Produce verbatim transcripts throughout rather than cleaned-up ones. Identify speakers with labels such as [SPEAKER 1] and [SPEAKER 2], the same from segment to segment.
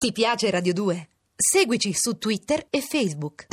[SPEAKER 1] Ti piace Radio due? Seguici su Twitter e Facebook.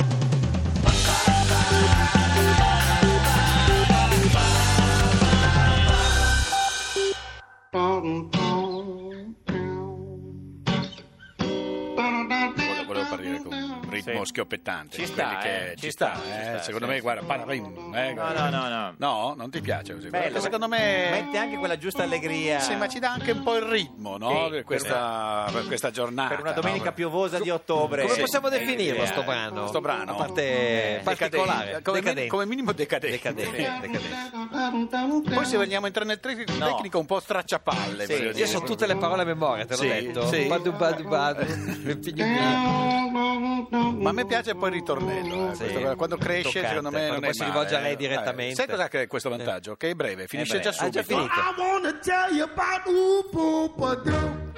[SPEAKER 2] Volevo partire con un ritmo
[SPEAKER 3] Sì.
[SPEAKER 2] schioppetante.
[SPEAKER 3] Ci
[SPEAKER 2] quelli
[SPEAKER 3] sta,
[SPEAKER 2] che
[SPEAKER 3] eh,
[SPEAKER 2] ci
[SPEAKER 3] ci
[SPEAKER 2] sta,
[SPEAKER 3] sta,
[SPEAKER 2] eh,
[SPEAKER 3] ci sta,
[SPEAKER 2] secondo
[SPEAKER 3] sì,
[SPEAKER 2] me,
[SPEAKER 3] sì.
[SPEAKER 2] guarda, pararim, eh,
[SPEAKER 3] No, no, no, no.
[SPEAKER 2] No, non ti piace così? Guarda,
[SPEAKER 3] Bello.
[SPEAKER 2] secondo me
[SPEAKER 3] Mette anche quella giusta allegria.
[SPEAKER 2] sì, ma ci dà anche un po' il ritmo, no?
[SPEAKER 3] Sì,
[SPEAKER 2] per, questa, per questa giornata.
[SPEAKER 3] Per una domenica
[SPEAKER 2] no?
[SPEAKER 3] piovosa di ottobre.
[SPEAKER 4] Come
[SPEAKER 2] Sì.
[SPEAKER 4] possiamo definirlo
[SPEAKER 3] Eh,
[SPEAKER 4] sto brano?
[SPEAKER 2] Sto brano?
[SPEAKER 4] A parte
[SPEAKER 3] Eh,
[SPEAKER 4] particolare,
[SPEAKER 2] come,
[SPEAKER 4] decadente.
[SPEAKER 2] come minimo decadente.
[SPEAKER 4] Decadente, decadente.
[SPEAKER 2] Poi se vogliamo entrare nel te-
[SPEAKER 3] No.
[SPEAKER 2] tecnico un po' stracciapalle.
[SPEAKER 3] Sì,
[SPEAKER 2] voglio
[SPEAKER 3] io
[SPEAKER 2] dire.
[SPEAKER 4] Io so tutte le parole a memoria, te l'ho
[SPEAKER 2] Sì,
[SPEAKER 4] detto.
[SPEAKER 2] sì.
[SPEAKER 4] Badu badu badu. Figlio mio.
[SPEAKER 2] Ma a me piace poi il ritornello, eh,
[SPEAKER 4] Sì.
[SPEAKER 2] questo- quando cresce
[SPEAKER 4] Toccante,
[SPEAKER 2] secondo me
[SPEAKER 4] quando
[SPEAKER 2] non
[SPEAKER 4] poi
[SPEAKER 2] è
[SPEAKER 4] si
[SPEAKER 2] male,
[SPEAKER 4] rivolge a lei
[SPEAKER 2] eh.
[SPEAKER 4] direttamente.
[SPEAKER 2] Eh, sai cos'è che è questo vantaggio? Che è breve, finisce
[SPEAKER 3] breve.
[SPEAKER 2] già
[SPEAKER 4] Ah,
[SPEAKER 2] subito.
[SPEAKER 4] già finito.
[SPEAKER 5] I wanna tell you about ooh, boo, ba, doo.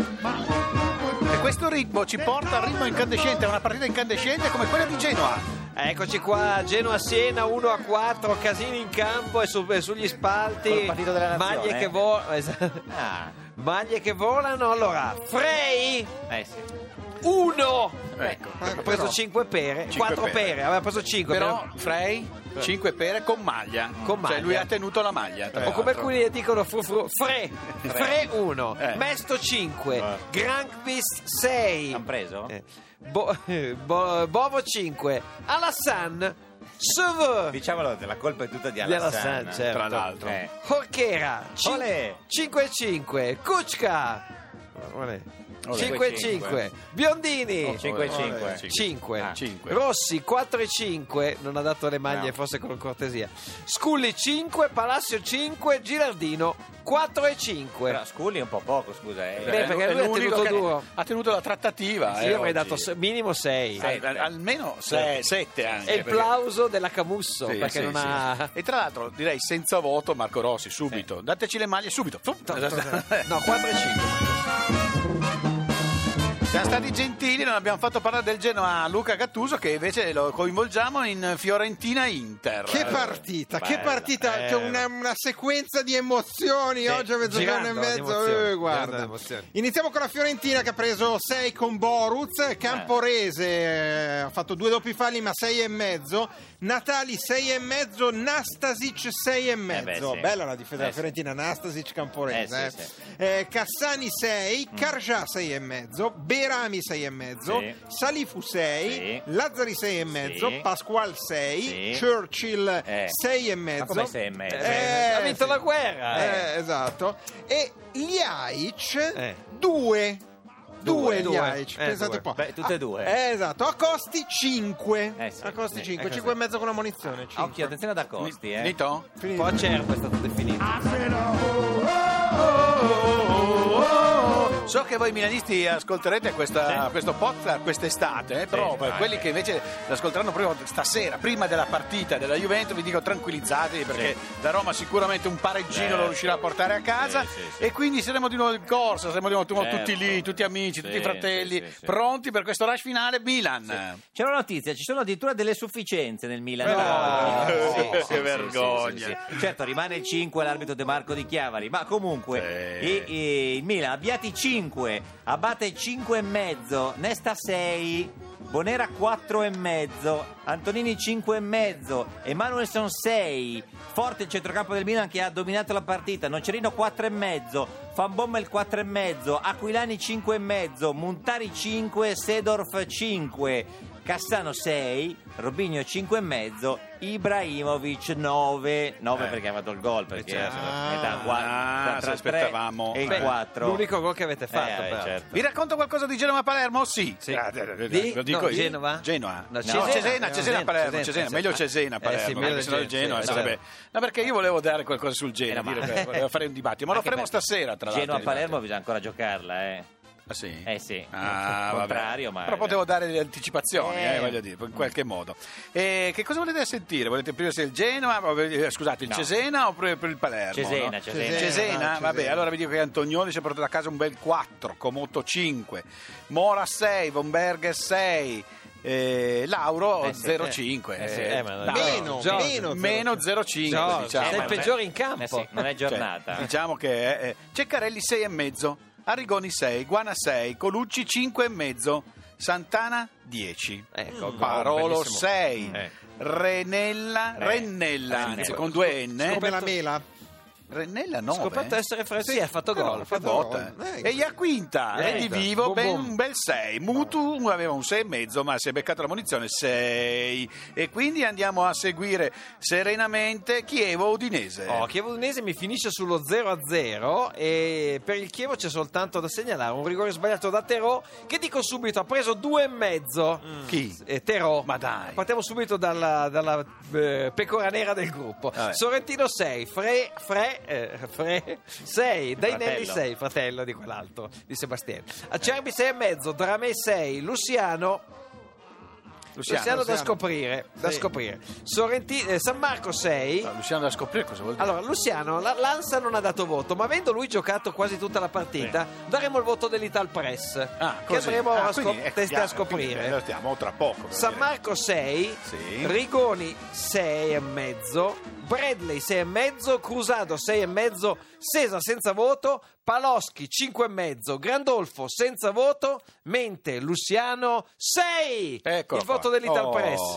[SPEAKER 2] E questo ritmo ci porta al ritmo incandescente, a una partita incandescente come quella di Genoa.
[SPEAKER 4] Eccoci qua, Genoa-Siena uno a quattro, casini in campo e, su- e sugli spalti,
[SPEAKER 3] Col partito della nazione,
[SPEAKER 4] maglie
[SPEAKER 3] eh.
[SPEAKER 4] che volano, esatto.
[SPEAKER 3] Ah,
[SPEAKER 4] Maglie che volano. Allora, Frey
[SPEAKER 3] eh sì.
[SPEAKER 4] uno,
[SPEAKER 2] Ecco.
[SPEAKER 4] ha preso cinque pere,
[SPEAKER 2] Cinque
[SPEAKER 4] quattro
[SPEAKER 2] pere.
[SPEAKER 4] pere, aveva preso cinque.
[SPEAKER 2] Però Frey, cinque pere con maglia.
[SPEAKER 4] Con
[SPEAKER 2] Cioè
[SPEAKER 4] maglia.
[SPEAKER 2] lui ha tenuto la maglia. tra
[SPEAKER 4] O come
[SPEAKER 2] l'altro.
[SPEAKER 4] alcuni dicono fru, fru, Fre, Fre uno,
[SPEAKER 2] Eh.
[SPEAKER 4] Mesto cinque,
[SPEAKER 3] Eh.
[SPEAKER 4] Grankvist sei,
[SPEAKER 3] Hanno preso?
[SPEAKER 4] eh, Bo- Bo- Bovo cinque, Alassane, Sauve,
[SPEAKER 3] Diciamolo, la colpa è tutta di
[SPEAKER 4] Di
[SPEAKER 3] Alassane.
[SPEAKER 4] Alassane, certo.
[SPEAKER 2] Tra l'altro.
[SPEAKER 3] Eh.
[SPEAKER 4] Jorquera,
[SPEAKER 3] Olè.
[SPEAKER 4] cinque cinque, Kuczka,
[SPEAKER 2] Olè.
[SPEAKER 4] cinque cinque, Biondini,
[SPEAKER 3] cinque e cinque.
[SPEAKER 2] Olè.
[SPEAKER 4] cinque.
[SPEAKER 3] Ah.
[SPEAKER 2] Cinque.
[SPEAKER 4] Rossi quattro e cinque, non ha dato le maglie,
[SPEAKER 2] No.
[SPEAKER 4] forse con cortesia. Sculli cinque, Palacio cinque, Gilardino quattro e cinque.
[SPEAKER 3] Però Scully è un po' poco, scusa. Eh.
[SPEAKER 4] Beh, perché
[SPEAKER 2] È
[SPEAKER 4] lui ha
[SPEAKER 2] l'unico
[SPEAKER 4] tenuto
[SPEAKER 2] che
[SPEAKER 4] duro.
[SPEAKER 2] ha tenuto la trattativa.
[SPEAKER 4] Sì,
[SPEAKER 2] eh,
[SPEAKER 4] io avrei
[SPEAKER 2] oggi.
[SPEAKER 4] dato se- minimo sei.
[SPEAKER 2] Eh, al- almeno sei, sette anche.
[SPEAKER 4] E il
[SPEAKER 2] perché-
[SPEAKER 4] plauso della Camusso,
[SPEAKER 2] Sì,
[SPEAKER 4] perché
[SPEAKER 2] sì,
[SPEAKER 4] non
[SPEAKER 2] sì.
[SPEAKER 4] ha...
[SPEAKER 2] E tra l'altro direi senza voto Marco Rossi, subito. Dateci le maglie subito.
[SPEAKER 4] No, quattro e cinque.
[SPEAKER 2] Siamo stati gentili, non abbiamo fatto parlare del Genoa a Luca Gattuso, che invece lo coinvolgiamo in Fiorentina-Inter.
[SPEAKER 6] Che partita, che
[SPEAKER 3] Bella.
[SPEAKER 6] partita,
[SPEAKER 4] Eh,
[SPEAKER 6] c'è una, una sequenza di emozioni oggi a mezzogiorno e
[SPEAKER 4] girando di
[SPEAKER 6] mezzo.
[SPEAKER 4] emozioni,
[SPEAKER 6] eh,
[SPEAKER 4] girando di
[SPEAKER 6] guarda.
[SPEAKER 4] emozioni.
[SPEAKER 6] Iniziamo con la Fiorentina che ha preso sei con Boruz, Camporese eh, ha fatto due doppi falli ma sei e mezzo, Natali sei e mezzo, Nastasic sei e mezzo.
[SPEAKER 3] beh, sì.
[SPEAKER 6] Bella la difesa
[SPEAKER 3] Eh,
[SPEAKER 6] della
[SPEAKER 3] sì.
[SPEAKER 6] Fiorentina, Nastasic Camporese.
[SPEAKER 3] Eh, sì,
[SPEAKER 6] eh.
[SPEAKER 3] sì.
[SPEAKER 6] Eh, Cassani sei, Cargià sei e mezzo, Berami sei e mezzo,
[SPEAKER 3] Sì.
[SPEAKER 6] Salifu sei,
[SPEAKER 3] Sì.
[SPEAKER 6] Lazzari sei e mezzo,
[SPEAKER 3] Sì.
[SPEAKER 6] Pasqual sei,
[SPEAKER 3] Sì.
[SPEAKER 6] Churchill
[SPEAKER 3] Eh.
[SPEAKER 6] sei e mezzo.
[SPEAKER 3] Ma come sei e mezzo?
[SPEAKER 6] Eh,
[SPEAKER 4] ha vinto
[SPEAKER 6] sì.
[SPEAKER 4] la guerra.
[SPEAKER 6] Eh, esatto. E Ljajic
[SPEAKER 4] Eh.
[SPEAKER 6] due. Due,
[SPEAKER 4] Due, due.
[SPEAKER 6] Ljajic,
[SPEAKER 4] Eh,
[SPEAKER 6] pensate
[SPEAKER 4] due.
[SPEAKER 6] un po'.
[SPEAKER 3] Beh, tutte e due.
[SPEAKER 6] Eh, esatto, a costi cinque.
[SPEAKER 3] Eh, sì.
[SPEAKER 6] A costi
[SPEAKER 3] Eh,
[SPEAKER 6] cinque,
[SPEAKER 3] eh,
[SPEAKER 6] cinque e mezzo con la munizione.
[SPEAKER 3] Ah,
[SPEAKER 6] cinque.
[SPEAKER 3] occhio, attenzione ad Acosti, eh.
[SPEAKER 2] Finito?
[SPEAKER 4] Un po' acerbo è stato definito.
[SPEAKER 2] So che voi milanisti ascolterete questa, questo podcast quest'estate, eh, però
[SPEAKER 3] Sì,
[SPEAKER 2] per
[SPEAKER 3] sì.
[SPEAKER 2] quelli che invece l'ascolteranno proprio stasera, prima della partita della Juventus, vi dico tranquillizzatevi perché
[SPEAKER 3] Sì.
[SPEAKER 2] la Roma sicuramente un pareggino
[SPEAKER 3] Eh,
[SPEAKER 2] lo riuscirà a portare a casa
[SPEAKER 3] sì, sì, sì.
[SPEAKER 2] e quindi saremo di nuovo in corsa, saremo di nuovo
[SPEAKER 3] Certo.
[SPEAKER 2] tutti lì, tutti amici,
[SPEAKER 3] Sì,
[SPEAKER 2] tutti fratelli,
[SPEAKER 3] sì, sì, sì.
[SPEAKER 2] pronti per questo rush finale Milan.
[SPEAKER 3] C'è una notizia, ci sono addirittura delle sufficienze nel Milan.
[SPEAKER 2] No,
[SPEAKER 3] Sì,
[SPEAKER 2] che
[SPEAKER 3] sì, sì,
[SPEAKER 2] vergogna.
[SPEAKER 3] sì, sì. Certo, rimane il cinque l'arbitro De Marco di Chiavari, ma comunque
[SPEAKER 2] Sì.
[SPEAKER 3] e- e il Milan Abbiati cinque, Abate cinque e mezzo, Nesta sei, Bonera quattro e mezzo, Antonini cinque e mezzo, Emanuelson sei, forte il centrocampo del Milan che ha dominato la partita, Nocerino quattro e mezzo, Van Bommel quattro e mezzo, Aquilani cinque e mezzo, Montari cinque, Sedorf cinque, Cassano sei, Robinho cinque e mezzo, Ibrahimovic nove, nove
[SPEAKER 2] Eh.
[SPEAKER 3] perché ha fatto il gol, perché
[SPEAKER 2] certo.
[SPEAKER 3] è da qua-
[SPEAKER 2] Ah,
[SPEAKER 3] da-
[SPEAKER 2] se
[SPEAKER 3] tra tre
[SPEAKER 2] aspettavamo.
[SPEAKER 3] e il
[SPEAKER 2] Beh,
[SPEAKER 3] quattro.
[SPEAKER 4] L'unico gol che avete fatto,
[SPEAKER 3] Eh,
[SPEAKER 4] però.
[SPEAKER 3] certo.
[SPEAKER 2] Vi racconto qualcosa di Genova-Palermo? Sì.
[SPEAKER 4] Sì.
[SPEAKER 2] Ah, eh, eh,
[SPEAKER 4] Di?
[SPEAKER 2] Lo dico
[SPEAKER 4] No,
[SPEAKER 2] io.
[SPEAKER 4] Genova?
[SPEAKER 2] Genoa.
[SPEAKER 4] No,
[SPEAKER 2] No,
[SPEAKER 4] Cesena.
[SPEAKER 2] Cesena,
[SPEAKER 4] Eh,
[SPEAKER 2] Cesena, Palermo,
[SPEAKER 4] Cesena,
[SPEAKER 2] Cesena,
[SPEAKER 4] sì.
[SPEAKER 2] meglio Cesena,
[SPEAKER 4] Eh, sì,
[SPEAKER 2] Palermo,
[SPEAKER 4] meglio
[SPEAKER 2] perché sennò il
[SPEAKER 4] del
[SPEAKER 2] Genoa
[SPEAKER 4] Genoa,
[SPEAKER 2] sarebbe... No, perché io volevo dare qualcosa sul Genoa,
[SPEAKER 3] Eh, no, ma-
[SPEAKER 2] dire che volevo fare un dibattito, ma lo
[SPEAKER 3] Anche
[SPEAKER 2] faremo
[SPEAKER 3] per-
[SPEAKER 2] stasera, tra l'altro.
[SPEAKER 3] Genoa-Palermo bisogna ancora giocarla, eh.
[SPEAKER 2] Ah, sì?
[SPEAKER 3] Eh sì,
[SPEAKER 2] Ah, vabbè.
[SPEAKER 3] contrario, ma...
[SPEAKER 2] Però potevo dare delle anticipazioni, eh,
[SPEAKER 3] Eh.
[SPEAKER 2] voglio dire, in qualche modo. E che cosa volete sentire? Volete più se il Genoa, o- eh, scusate, il
[SPEAKER 3] No.
[SPEAKER 2] Cesena oppure per il Palermo?
[SPEAKER 3] Cesena,
[SPEAKER 2] no?
[SPEAKER 3] Cesena.
[SPEAKER 2] Cesena?
[SPEAKER 6] Ah,
[SPEAKER 2] Vabbè,
[SPEAKER 6] Cesena.
[SPEAKER 2] allora vi dico che Antonioni si è portato a casa un bel quattro, Comotto cinque, Mora sei, Von Berger sei, eh, Lauro
[SPEAKER 3] Eh sì,
[SPEAKER 2] zero
[SPEAKER 3] eh.
[SPEAKER 2] cinque.
[SPEAKER 3] Eh sì,
[SPEAKER 2] eh,
[SPEAKER 4] eh, ma-
[SPEAKER 2] Lauro,
[SPEAKER 6] Meno,
[SPEAKER 4] Giorgio.
[SPEAKER 6] meno.
[SPEAKER 2] meno zero cinque,
[SPEAKER 4] Giorgio,
[SPEAKER 2] diciamo.
[SPEAKER 4] sei il
[SPEAKER 3] Eh,
[SPEAKER 4] peggiore
[SPEAKER 3] beh,
[SPEAKER 4] in campo.
[SPEAKER 3] eh sì, non è
[SPEAKER 2] Cioè,
[SPEAKER 3] giornata.
[SPEAKER 2] diciamo che eh, Ceccarelli sei e mezzo. Arrigoni sei, Guana sei, Colucci cinque e mezzo, Santana dieci,
[SPEAKER 4] Ecco,
[SPEAKER 2] Parolo
[SPEAKER 4] bellissimo.
[SPEAKER 2] sei,
[SPEAKER 3] Eh.
[SPEAKER 2] Renella,
[SPEAKER 3] Eh,
[SPEAKER 2] Rennella,
[SPEAKER 3] Rennella.
[SPEAKER 2] anzi, con due N,
[SPEAKER 6] Come la mela.
[SPEAKER 2] Rennella nove.
[SPEAKER 4] Scoperto essere fresco, sì, ha fatto
[SPEAKER 2] Però
[SPEAKER 4] gol.
[SPEAKER 2] ha fatto
[SPEAKER 6] gol.
[SPEAKER 2] botta.
[SPEAKER 6] Eh,
[SPEAKER 2] E Iaquinta,
[SPEAKER 4] eh,
[SPEAKER 2] Di Vivo,
[SPEAKER 4] boom,
[SPEAKER 2] ben,
[SPEAKER 4] boom.
[SPEAKER 2] un bel sei. Mutu aveva un sei e mezzo, ma si è beccato la munizione sei. E quindi andiamo a seguire serenamente Chievo Udinese.
[SPEAKER 4] Oh, Chievo Udinese mi finisce sullo zero a zero e per il Chievo c'è soltanto da segnalare un rigore sbagliato da Terò, che dico subito ha preso due e mezzo.
[SPEAKER 2] Chi?
[SPEAKER 4] Eh, Terò.
[SPEAKER 2] Ma dai.
[SPEAKER 4] Partiamo subito dalla, dalla eh, pecora nera del gruppo.
[SPEAKER 2] Vabbè.
[SPEAKER 4] Sorrentino sei, Fre, Fre, eh, Fre sei, Dainelli
[SPEAKER 3] fratello.
[SPEAKER 4] sei, fratello di quell'altro, di Sebastiano. Acerbi sei e mezzo, Dramé sei, Luciano.
[SPEAKER 2] Luciano,
[SPEAKER 4] Luciano da
[SPEAKER 6] Luciano.
[SPEAKER 4] scoprire, da
[SPEAKER 6] Sì.
[SPEAKER 4] scoprire. Sorrenti- eh, San Marco sei.
[SPEAKER 2] Ah, Luciano da scoprire cosa vuol dire?
[SPEAKER 4] Allora, Luciano, la- l'Ansa non ha dato voto, ma avendo lui giocato quasi tutta la partita, daremo il voto dell'Ital Press,
[SPEAKER 2] Ah,
[SPEAKER 4] che
[SPEAKER 2] così.
[SPEAKER 4] andremo
[SPEAKER 2] Ah,
[SPEAKER 4] a, scop-
[SPEAKER 2] quindi, eh,
[SPEAKER 4] testi a
[SPEAKER 2] stiamo- quindi,
[SPEAKER 4] scoprire.
[SPEAKER 2] eh, stiamo tra poco. per
[SPEAKER 4] San
[SPEAKER 2] dire.
[SPEAKER 4] Marco sei,
[SPEAKER 2] Sì.
[SPEAKER 4] Rigoni sei e mezzo, Bradley sei e mezzo, Crusado sei e mezzo, Sesa senza voto, Paloschi cinque e mezzo, Grandolfo senza voto, mentre Luciano sei.
[SPEAKER 2] Eccolo
[SPEAKER 4] Il voto
[SPEAKER 2] qua.
[SPEAKER 4] dell'Ital
[SPEAKER 2] Oh.
[SPEAKER 4] Press.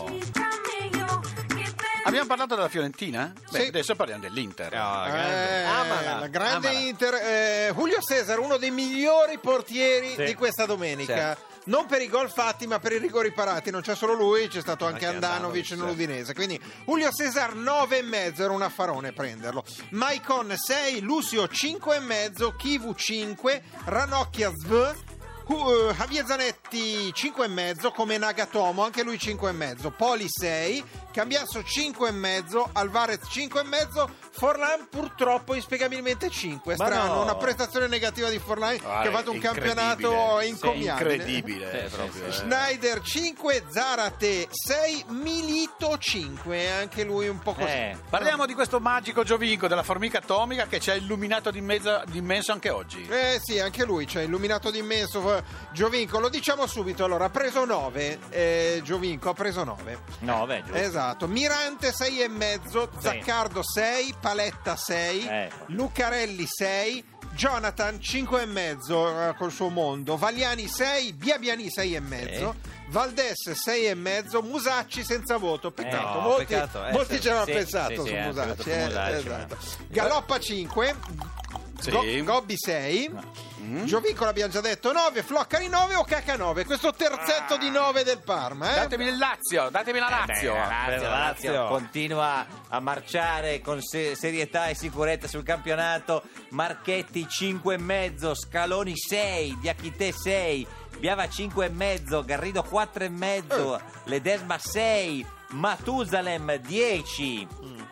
[SPEAKER 2] Abbiamo parlato della Fiorentina? Beh,
[SPEAKER 6] Sì.
[SPEAKER 2] adesso parliamo dell'Inter.
[SPEAKER 4] Ah, grande.
[SPEAKER 6] Eh,
[SPEAKER 4] Amala,
[SPEAKER 6] la grande
[SPEAKER 4] amala.
[SPEAKER 6] Inter. eh, Julio Cesar, uno dei migliori portieri
[SPEAKER 3] Sì.
[SPEAKER 6] di questa domenica.
[SPEAKER 4] Certo.
[SPEAKER 6] Non per i gol fatti, ma per i rigori parati. Non c'è solo lui, c'è stato anche,
[SPEAKER 4] Anche
[SPEAKER 6] Andanovic
[SPEAKER 4] Andanovic,
[SPEAKER 6] nell'Udinese. Quindi Julio Cesar nove e mezzo, era un affarone prenderlo. Maicon sei, Lucio cinque e mezzo, Kivu cinque, Ranocchia Sv. Uh, Javier Zanetti cinque e mezzo, come Nagatomo, anche lui cinque e mezzo, Poli sei, Cambiasso cinque e mezzo, Alvarez cinque e mezzo, Forlan purtroppo inspiegabilmente cinque.
[SPEAKER 3] Ma
[SPEAKER 6] Strano,
[SPEAKER 3] no.
[SPEAKER 6] una prestazione negativa di Forlan
[SPEAKER 2] Ah,
[SPEAKER 6] che ha fatto un
[SPEAKER 2] incredibile.
[SPEAKER 6] campionato
[SPEAKER 2] Sì,
[SPEAKER 6] incommiabile.
[SPEAKER 2] incredibile,
[SPEAKER 3] Sì,
[SPEAKER 2] proprio.
[SPEAKER 3] sì,
[SPEAKER 2] eh.
[SPEAKER 3] sì.
[SPEAKER 6] Schneider cinque, Zarate sei, Milito cinque, anche lui un po' così.
[SPEAKER 3] Eh,
[SPEAKER 2] Parliamo di questo magico Giovinco della formica atomica che ci ha illuminato di, mezzo, di immenso anche oggi.
[SPEAKER 6] Eh sì, anche lui, cioè illuminato d'immenso eh, Giovinco, lo diciamo subito, allora ha preso nove, eh, Giovinco ha preso nove.
[SPEAKER 3] nove, giusto.
[SPEAKER 6] Esatto, Mirante sei e mezzo,
[SPEAKER 3] Sì.
[SPEAKER 6] Zaccardo sei, Paletta sei,
[SPEAKER 3] Ecco.
[SPEAKER 6] Lucarelli sei, Jonathan cinque e mezzo eh, col suo mondo, Vagliani sei, Biabiani sei e mezzo, Valdes sei e mezzo, Musacci senza voto. Peccato,
[SPEAKER 3] Eh, no,
[SPEAKER 6] molti,
[SPEAKER 4] peccato, eh,
[SPEAKER 6] molti
[SPEAKER 4] sì.
[SPEAKER 6] ci avevano
[SPEAKER 3] Sì,
[SPEAKER 6] pensato
[SPEAKER 3] sì,
[SPEAKER 6] su
[SPEAKER 3] sì,
[SPEAKER 6] Musacci.
[SPEAKER 3] anche su
[SPEAKER 6] eh,
[SPEAKER 3] Musacci,
[SPEAKER 6] esatto.
[SPEAKER 3] ma-
[SPEAKER 6] Galoppa cinque,
[SPEAKER 2] Sì.
[SPEAKER 6] Go- Gobbi sei, Giovinco l'abbiamo già detto nove, Floccari nove o Caca nove, questo terzetto di nove del Parma. Eh?
[SPEAKER 2] Datemi il Lazio, datemi la
[SPEAKER 3] Eh,
[SPEAKER 2] Lazio.
[SPEAKER 3] beh, la Lazio,
[SPEAKER 4] Bella
[SPEAKER 3] la Lazio
[SPEAKER 4] Lazio.
[SPEAKER 3] continua a marciare con se- serietà e sicurezza sul campionato. Marchetti cinque e mezzo, Scaloni sei, Diachité sei, Biava cinque e mezzo, Garrido quattro e mezzo, Ledesma sei, Matusalem dieci,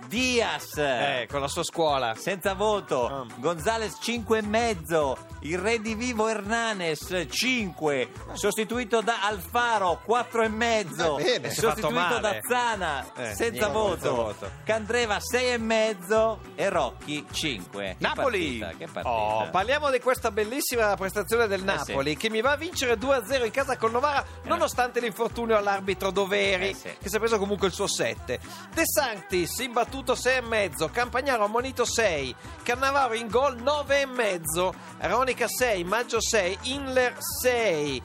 [SPEAKER 3] Diaz
[SPEAKER 4] Eh, con la sua scuola.
[SPEAKER 3] senza voto,
[SPEAKER 4] Ah.
[SPEAKER 3] Gonzales cinque e mezzo, il redivivo Hernanes cinque, sostituito da Alfaro quattro e mezzo,
[SPEAKER 6] Va bene.
[SPEAKER 4] Si è fatto
[SPEAKER 3] sostituito da
[SPEAKER 4] male.
[SPEAKER 3] Zana
[SPEAKER 4] Eh,
[SPEAKER 3] senza
[SPEAKER 4] niente,
[SPEAKER 3] voto,
[SPEAKER 4] senza voto.
[SPEAKER 3] Candreva sei e mezzo e Rocchi cinque. Che
[SPEAKER 2] Napoli.
[SPEAKER 3] partita, che partita.
[SPEAKER 4] Oh, parliamo di questa bellissima prestazione del Napoli
[SPEAKER 3] sì.
[SPEAKER 4] che mi va a vincere due a zero in casa con Novara nonostante l'infortunio all'arbitro Doveri
[SPEAKER 3] Eh, sì.
[SPEAKER 4] che si è preso comunque il suo sette. De Sanctis imbattuto sei e mezzo, Campagnaro ammonito sei, Cannavaro in gol nove e mezzo, Aronica sei, Maggio sei, Inler sei,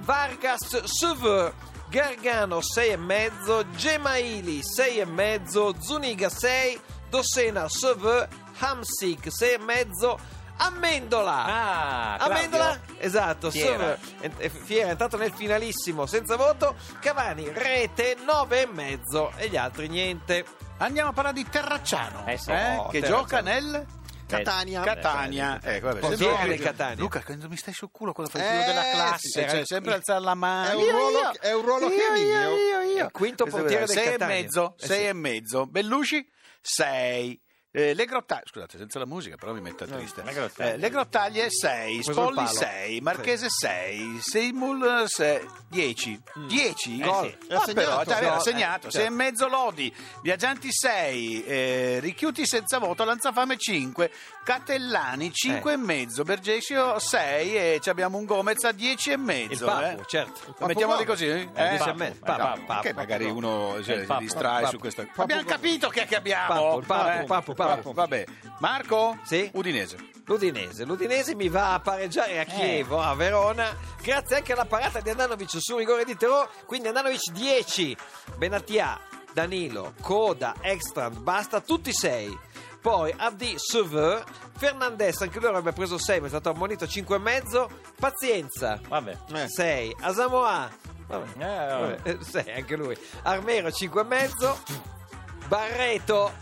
[SPEAKER 4] Vargas Sv, Gargano sei e mezzo, Gemaili sei e mezzo, Zuniga sei, Dossena Sv, Hamsik sei e mezzo, Amendola.
[SPEAKER 3] Ah, Claudio.
[SPEAKER 4] Amendola, esatto,
[SPEAKER 3] Fiera.
[SPEAKER 4] Sv, è- è- Fiera è entrato nel finalissimo senza voto, Cavani rete nove e mezzo e gli altri niente.
[SPEAKER 2] Andiamo a parlare di Terracciano,
[SPEAKER 3] Eh sì.
[SPEAKER 2] eh,
[SPEAKER 4] Oh,
[SPEAKER 2] che
[SPEAKER 4] Terracciano.
[SPEAKER 2] gioca nel
[SPEAKER 6] Catania.
[SPEAKER 2] Catania. Ecco, vabbè,
[SPEAKER 4] Posso
[SPEAKER 2] sempre-
[SPEAKER 4] dire del Catania?
[SPEAKER 2] Luca, quando mi stai sul culo quando fai il
[SPEAKER 6] Eh,
[SPEAKER 2] filo della
[SPEAKER 6] sì,
[SPEAKER 2] classe,
[SPEAKER 6] era-
[SPEAKER 2] cioè sempre alzare la mano.
[SPEAKER 6] È un
[SPEAKER 2] Io,
[SPEAKER 6] ruolo-
[SPEAKER 2] io.
[SPEAKER 6] è un ruolo
[SPEAKER 2] Io,
[SPEAKER 6] che
[SPEAKER 2] io,
[SPEAKER 6] io.
[SPEAKER 2] io, io.
[SPEAKER 4] Il quinto
[SPEAKER 2] Questo
[SPEAKER 4] portiere
[SPEAKER 2] è
[SPEAKER 4] del
[SPEAKER 2] sei e
[SPEAKER 4] Catania.
[SPEAKER 2] mezzo,
[SPEAKER 4] Eh,
[SPEAKER 2] sei
[SPEAKER 4] sì.
[SPEAKER 2] e mezzo. Bellusci sei. Eh, le Grottaglie, scusate, senza la musica, però mi metta triste.
[SPEAKER 3] Le Grottaglie.
[SPEAKER 2] Eh, le Grottaglie sei,
[SPEAKER 4] preso il
[SPEAKER 2] Spolli
[SPEAKER 4] palo.
[SPEAKER 2] sei, Marchese sei, Seymour sei, dieci. dieci?
[SPEAKER 3] Eh
[SPEAKER 2] Gol.
[SPEAKER 3] sì.
[SPEAKER 6] Ha
[SPEAKER 2] Ah,
[SPEAKER 6] segnato.
[SPEAKER 2] però, cioè, aveva
[SPEAKER 6] No,
[SPEAKER 2] segnato,
[SPEAKER 6] eh,
[SPEAKER 2] sei e
[SPEAKER 6] certo.
[SPEAKER 2] mezzo Lodi, Viaggianti sei, eh, Richiuti senza voto, Lanzafame cinque, Catellani cinque e mezzo, Bergesio sei e ci abbiamo un Gomez a dieci e
[SPEAKER 4] Il
[SPEAKER 2] mezzo.
[SPEAKER 4] Papu,
[SPEAKER 2] eh.
[SPEAKER 4] certo.
[SPEAKER 2] Lo mettiamo di così? Eh?
[SPEAKER 4] dieci e
[SPEAKER 3] Papu,
[SPEAKER 4] mezzo.
[SPEAKER 3] eh,
[SPEAKER 4] Papu,
[SPEAKER 3] Papu,
[SPEAKER 4] Papu,
[SPEAKER 2] Che magari
[SPEAKER 4] Papu.
[SPEAKER 2] uno cioè,
[SPEAKER 3] Il
[SPEAKER 2] si
[SPEAKER 3] Papu,
[SPEAKER 2] distrae
[SPEAKER 4] Papu.
[SPEAKER 2] su questo.
[SPEAKER 6] Papu,
[SPEAKER 2] Abbiamo
[SPEAKER 6] Papu.
[SPEAKER 2] capito che, che abbiamo.
[SPEAKER 4] Papu, il Papu,
[SPEAKER 2] Eh.
[SPEAKER 4] Papu, Papu.
[SPEAKER 2] Vabbè. Marco?
[SPEAKER 4] Sì?
[SPEAKER 2] Udinese.
[SPEAKER 4] L'Udinese, l'Udinese mi va a pareggiare a Chievo, a Verona, grazie anche alla parata di Andanovic su rigore di Terò, quindi Andanovic dieci, Benatia, Danilo, Coda, Ekstrand, basta, tutti sei. Poi Abdi, Sauveur, Fernandez, anche lui avrebbe preso sei, ma è stato ammonito cinque e mezzo, Pazienza,
[SPEAKER 3] Vabbè.
[SPEAKER 4] sei, Asamoah, vabbè,
[SPEAKER 3] Eh, vabbè.
[SPEAKER 4] vabbè, sei anche lui, Armero cinque e mezzo, Barreto,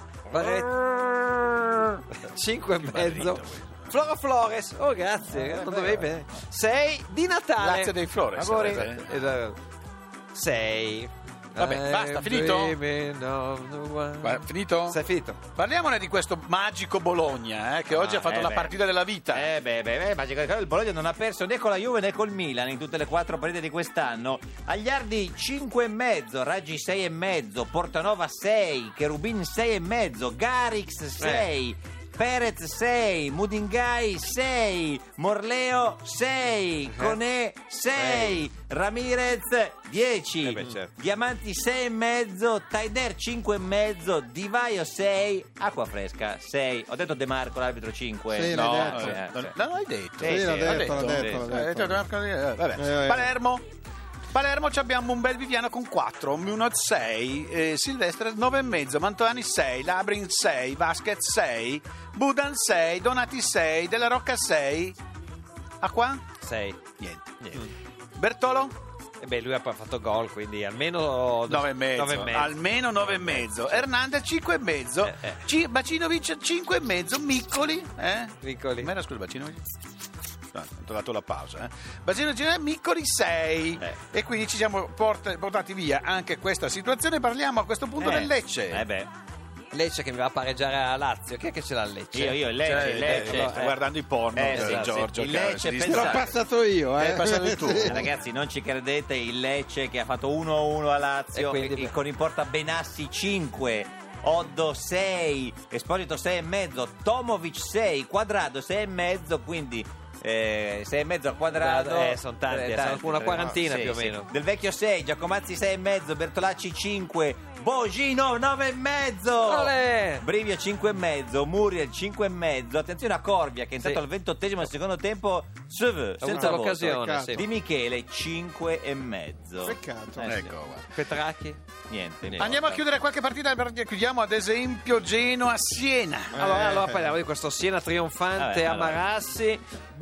[SPEAKER 4] Barreto cinque e mezzo. Floro Flores, oh grazie, eh, dovevi bene. sei di Natale.
[SPEAKER 2] Lazio dei Flores.
[SPEAKER 4] Amore.
[SPEAKER 2] Eh.
[SPEAKER 4] Eh, sei.
[SPEAKER 2] Vabbè,
[SPEAKER 4] Eh,
[SPEAKER 2] basta, finito?
[SPEAKER 4] dreaming of the one.
[SPEAKER 2] Guarda, finito?
[SPEAKER 4] Sei finito?
[SPEAKER 2] Parliamone di questo magico Bologna, eh, che oggi
[SPEAKER 3] Ah,
[SPEAKER 2] ha fatto
[SPEAKER 3] eh
[SPEAKER 2] la
[SPEAKER 3] beh.
[SPEAKER 2] partita della vita.
[SPEAKER 3] Eh beh, beh, beh, magico. Il Bologna non ha perso né con la Juve né col Milan in tutte le quattro partite di quest'anno. Agliardi cinque e mezzo, Raggi sei e mezzo, Portanova sei, Cherubin sei e mezzo, Garix sei. Perez sei, Mudingai sei, Morleo sei, Conè sei, Ramirez dieci,
[SPEAKER 4] Eh beh, certo.
[SPEAKER 3] Diamanti sei e mezzo, Taider cinque e mezzo, Di Vaio sei, Acqua Fresca sei. Ho detto De Marco, l'arbitro cinque.
[SPEAKER 6] Sì,
[SPEAKER 2] No,
[SPEAKER 6] l'hai detto.
[SPEAKER 2] eh,
[SPEAKER 3] Eh,
[SPEAKER 2] non,
[SPEAKER 3] sì.
[SPEAKER 2] non l'hai detto.
[SPEAKER 3] Sì,
[SPEAKER 6] Sì, l'ha
[SPEAKER 3] sì,
[SPEAKER 6] detto,
[SPEAKER 3] l'ho
[SPEAKER 6] l'ha
[SPEAKER 3] detto,
[SPEAKER 6] detto,
[SPEAKER 3] sì.
[SPEAKER 6] l'ha
[SPEAKER 2] Eh,
[SPEAKER 6] detto.
[SPEAKER 2] eh, vabbè.
[SPEAKER 6] Eh, eh.
[SPEAKER 2] Palermo. Palermo ci abbiamo un bel Viviano con quattro, Munot sei, eh, Silvestre nove e mezzo, Mantovani sei, Labrin sei, Vasquez sei, Budan sei, Donati sei, Della Rocca sei. A qua?
[SPEAKER 4] sei.
[SPEAKER 2] Niente.
[SPEAKER 4] Niente.
[SPEAKER 2] Bertolo?
[SPEAKER 4] E beh, lui ha fatto gol, quindi almeno
[SPEAKER 2] nove e mezzo,
[SPEAKER 4] nove e mezzo.
[SPEAKER 2] almeno nove e mezzo. Hernandez cinque e mezzo,
[SPEAKER 4] Eh, eh.
[SPEAKER 2] Ci- Bacinovic cinque e mezzo, Miccoli, eh?
[SPEAKER 4] Piccoli.
[SPEAKER 2] Com'era, scusa, Bacinovic? No, ho trovato la pausa, eh. Bacinovic, Miccoli sei.
[SPEAKER 3] Eh.
[SPEAKER 2] E quindi ci siamo porta- portati via anche questa situazione. Parliamo a questo punto
[SPEAKER 3] Eh,
[SPEAKER 2] del Lecce.
[SPEAKER 3] Eh beh,
[SPEAKER 4] Lecce che mi va a pareggiare a Lazio. Chi è che ce l'ha il Lecce?
[SPEAKER 3] io, io, il Lecce,
[SPEAKER 2] Cioè,
[SPEAKER 3] il Lecce.
[SPEAKER 2] eh, sto
[SPEAKER 3] eh.
[SPEAKER 2] guardando i porno,
[SPEAKER 3] Eh,
[SPEAKER 2] eh,
[SPEAKER 3] sì,
[SPEAKER 2] Giorgio.
[SPEAKER 3] sì. Il
[SPEAKER 2] cara,
[SPEAKER 3] Lecce,
[SPEAKER 2] si
[SPEAKER 6] Te l'ho
[SPEAKER 3] pensate-
[SPEAKER 6] passato io, eh.
[SPEAKER 2] Eh, passato il tuo.
[SPEAKER 6] Sì.
[SPEAKER 3] Eh, Ragazzi, non ci credete, il Lecce che ha fatto uno a uno a Lazio,
[SPEAKER 4] E quindi-
[SPEAKER 3] e- con in porta Benassi cinque, Oddo sei, Esposito sei e mezzo, Tomovic sei, Quadrado sei e mezzo, quindi eh, sei e mezzo al Quadrado.
[SPEAKER 4] Eh, sono tanti, sono una
[SPEAKER 3] tre-
[SPEAKER 4] quarantina
[SPEAKER 3] sì,
[SPEAKER 4] più o
[SPEAKER 3] sì.
[SPEAKER 4] meno.
[SPEAKER 3] Del vecchio sei, Giacomazzi sei e mezzo, Bertolacci cinque, Bogino nove e mezzo,
[SPEAKER 4] Olè!
[SPEAKER 3] Brivio cinque e mezzo, Muriel cinque e mezzo. Attenzione a Corvia che è entrato
[SPEAKER 4] Sì.
[SPEAKER 3] al ventottesimo del secondo tempo, Seve,
[SPEAKER 4] Ha
[SPEAKER 3] senza
[SPEAKER 4] avuto
[SPEAKER 3] voto.
[SPEAKER 4] l'occasione,
[SPEAKER 6] peccato.
[SPEAKER 4] sì.
[SPEAKER 3] Di Michele cinque e mezzo.
[SPEAKER 6] Peccato.
[SPEAKER 3] Eh, sì.
[SPEAKER 2] Ecco, guarda.
[SPEAKER 4] Petracchi.
[SPEAKER 3] Niente, niente.
[SPEAKER 2] Andiamo a chiudere qualche partita perché chiudiamo ad esempio Genoa-Siena.
[SPEAKER 4] Allora, allora parliamo di questo Siena trionfante
[SPEAKER 3] Vabbè,
[SPEAKER 4] a
[SPEAKER 3] allora.
[SPEAKER 4] Marassi.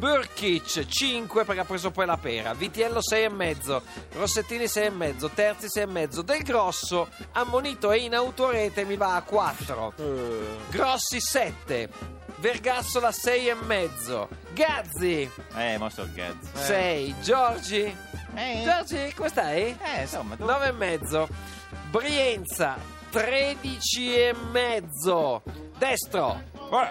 [SPEAKER 4] Burkic cinque perché ha preso poi la pera. Vitiello sei e mezzo, Rossettini sei e mezzo, Terzi sei e mezzo, Del Grosso ammonito e in autorete mi va a quattro. Grossi sette, Vergassola sei e mezzo, Gazzi
[SPEAKER 3] Eh, mostro il Gazzi.
[SPEAKER 4] sei, Giorgi
[SPEAKER 3] Eh.
[SPEAKER 4] Giorgi come stai?
[SPEAKER 3] Eh, insomma, tu...
[SPEAKER 4] nove e mezzo, Brienza tredici e mezzo, Destro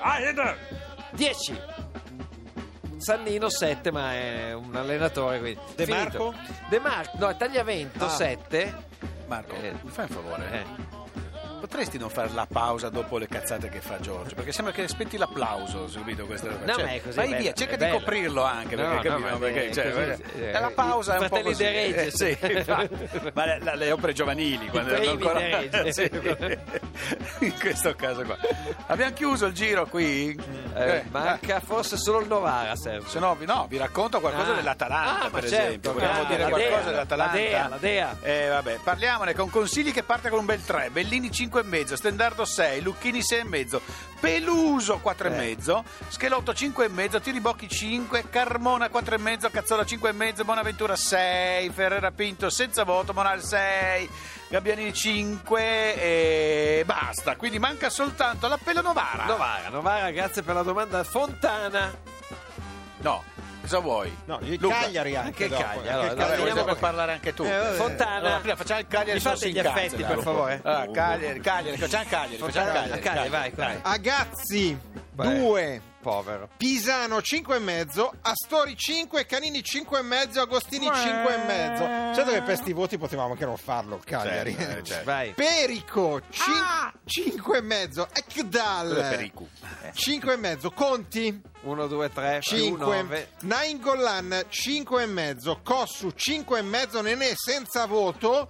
[SPEAKER 4] dieci, Sannino sette, ma è un allenatore quindi.
[SPEAKER 6] De
[SPEAKER 4] Finito.
[SPEAKER 6] Marco?
[SPEAKER 4] De Marco, no, Tagliavento
[SPEAKER 6] Ah.
[SPEAKER 4] sette.
[SPEAKER 2] Marco,
[SPEAKER 4] Eh.
[SPEAKER 2] mi fai un favore?
[SPEAKER 4] Eh.
[SPEAKER 2] Potresti non fare la pausa dopo le cazzate che fa Giorgio? Perché sembra che aspetti l'applauso subito questa roba.
[SPEAKER 4] No,
[SPEAKER 2] Cioè,
[SPEAKER 4] ma è così,
[SPEAKER 2] vai
[SPEAKER 4] è bello,
[SPEAKER 2] via, cerca
[SPEAKER 4] è
[SPEAKER 2] di
[SPEAKER 4] bello.
[SPEAKER 2] coprirlo anche perché,
[SPEAKER 4] No, no,
[SPEAKER 2] capito?
[SPEAKER 4] ma
[SPEAKER 2] Perché,
[SPEAKER 4] è
[SPEAKER 2] cioè,
[SPEAKER 4] così,
[SPEAKER 2] eh,
[SPEAKER 4] eh,
[SPEAKER 2] la pausa
[SPEAKER 4] i
[SPEAKER 2] è un po'
[SPEAKER 4] fratelli
[SPEAKER 2] così.
[SPEAKER 4] De Regge.
[SPEAKER 2] Eh, sì, infatti. Ma le, le opere giovanili quando
[SPEAKER 4] I
[SPEAKER 2] erano
[SPEAKER 4] primi
[SPEAKER 2] ancora
[SPEAKER 4] De Regge.
[SPEAKER 2] sì. In questo caso qua abbiamo chiuso il giro qui.
[SPEAKER 4] Eh,
[SPEAKER 2] Eh,
[SPEAKER 4] manca forse solo il Novara sempre.
[SPEAKER 2] Se no, vi- no, vi racconto qualcosa
[SPEAKER 4] Ah.
[SPEAKER 2] dell'Atalanta,
[SPEAKER 4] Ah, ma
[SPEAKER 2] per
[SPEAKER 4] certo,
[SPEAKER 2] esempio. Vogliamo
[SPEAKER 4] ah,
[SPEAKER 2] dire
[SPEAKER 4] la
[SPEAKER 2] qualcosa
[SPEAKER 4] Dea,
[SPEAKER 2] dell'Atalanta?
[SPEAKER 4] la Dea, la Dea.
[SPEAKER 2] Eh, vabbè, parliamone con Consigli che parte con un bel tre, Bellini cinque e mezzo, Stendardo sei, Lucchini sei e mezzo, Peluso quattro e
[SPEAKER 4] Eh.
[SPEAKER 2] mezzo, Schelotto cinque e mezzo, Tiribocchi cinque, Carmona quattro e mezzo, Cazzola cinque e mezzo, Bonaventura sei, Ferrera Pinto senza voto, Monal sei, Gabbianini cinque e basta. Quindi manca soltanto l'appello Novara.
[SPEAKER 4] Novara, Novara, grazie per la domanda. Fontana.
[SPEAKER 2] No, cosa vuoi?
[SPEAKER 6] No, il
[SPEAKER 2] Luca.
[SPEAKER 6] Cagliari anche,
[SPEAKER 4] Anche il
[SPEAKER 6] dopo,
[SPEAKER 4] Cagliari,
[SPEAKER 6] anche
[SPEAKER 4] allora,
[SPEAKER 6] il
[SPEAKER 2] Vabbè,
[SPEAKER 6] Cagliari.
[SPEAKER 2] vuoi
[SPEAKER 4] Andiamo
[SPEAKER 2] sempre
[SPEAKER 4] con-
[SPEAKER 2] parlare anche tu.
[SPEAKER 6] Eh, vabbè.
[SPEAKER 4] Fontana.
[SPEAKER 2] Allora, prima facciamo il Cagliari,
[SPEAKER 4] Mi
[SPEAKER 2] se no
[SPEAKER 4] fate
[SPEAKER 2] si
[SPEAKER 4] gli
[SPEAKER 2] incazza,
[SPEAKER 4] effetti,
[SPEAKER 2] dai.
[SPEAKER 4] per favore?
[SPEAKER 2] Ah, Cagliari, Cagliari, facciamo il Cagliari, facciamo il Cagliari.
[SPEAKER 4] A Cagliari, vai, vai.
[SPEAKER 6] Agazzi
[SPEAKER 4] Beh.
[SPEAKER 6] due,
[SPEAKER 4] Povero.
[SPEAKER 6] Pisano cinque e mezzo, Astori cinque, Canini cinque e mezzo, Agostini cinque e mezzo. Certo che per sti voti potevamo anche non farlo, Cagliari.
[SPEAKER 2] Certo, eh, certo.
[SPEAKER 4] Vai.
[SPEAKER 6] Perico cinque e mezzo, Ekdal
[SPEAKER 2] Quello è Pericu.
[SPEAKER 6] cinque e mezzo, Conti
[SPEAKER 4] uno, due, tre,
[SPEAKER 6] cinque,
[SPEAKER 4] nove.
[SPEAKER 6] Nainggolan cinque e mezzo, Cossu cinque e mezzo, Nenè senza voto,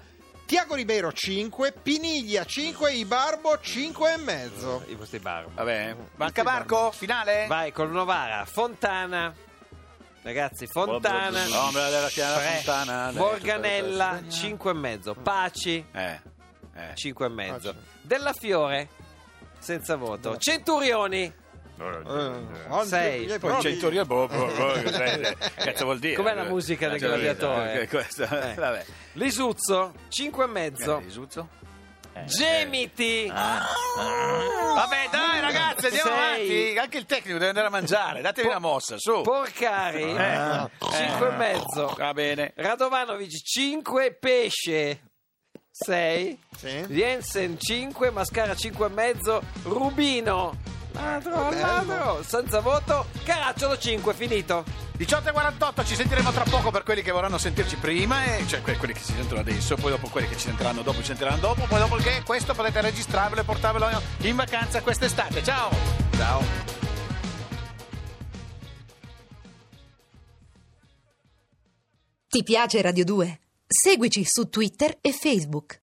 [SPEAKER 6] Tiago Ribeiro cinque, Piniglia cinque, Ibarbo cinque e mezzo.
[SPEAKER 4] I vostri barbi.
[SPEAKER 2] Vabbè, manca Marco, finale?
[SPEAKER 4] Vai con Novara, Fontana. Ragazzi, Fontana.
[SPEAKER 2] No, me la della chiara
[SPEAKER 4] tre.
[SPEAKER 2] Fontana.
[SPEAKER 4] Morganella cinque e mezzo. Paci
[SPEAKER 2] Eh, eh.
[SPEAKER 4] cinque e mezzo.
[SPEAKER 6] Paci.
[SPEAKER 4] Della Fiore senza voto. Centurioni
[SPEAKER 6] Eh,
[SPEAKER 4] sei.
[SPEAKER 6] e
[SPEAKER 2] Poi
[SPEAKER 6] poi-
[SPEAKER 2] centuria boh, boh, boh, cazzo vuol dire?
[SPEAKER 4] Com'è la musica del
[SPEAKER 2] Cazzo vuol dire?
[SPEAKER 4] gladiatore?
[SPEAKER 2] Eh, questo,
[SPEAKER 4] Eh.
[SPEAKER 2] vabbè.
[SPEAKER 4] Lisuzzo cinque e mezzo.
[SPEAKER 2] Eh, Isuzzo? Eh,
[SPEAKER 4] Gemiti
[SPEAKER 2] Vabbè, dai ragazzi, andiamo
[SPEAKER 4] Sei.
[SPEAKER 2] avanti. Anche il tecnico deve andare a mangiare. Datevi una mossa, su.
[SPEAKER 4] Porcari
[SPEAKER 2] Eh.
[SPEAKER 4] cinque e mezzo.
[SPEAKER 2] Va bene.
[SPEAKER 4] Radovanovic cinque, Pesce sei,
[SPEAKER 6] Sì.
[SPEAKER 4] Jensen cinque, Mascara cinque e mezzo, Rubino ladro, ladro, senza voto, Caracciolo cinque, finito.
[SPEAKER 2] diciotto e quarantotto, ci sentiremo tra poco per quelli che vorranno sentirci prima, e, cioè que- quelli che si sentono adesso, poi dopo quelli che ci sentiranno dopo, ci sentiranno dopo, poi dopo che questo potete registrarvelo e portarvelo in vacanza quest'estate. Ciao!
[SPEAKER 4] Ciao.
[SPEAKER 1] Ti piace Radio due? Seguici su Twitter e Facebook.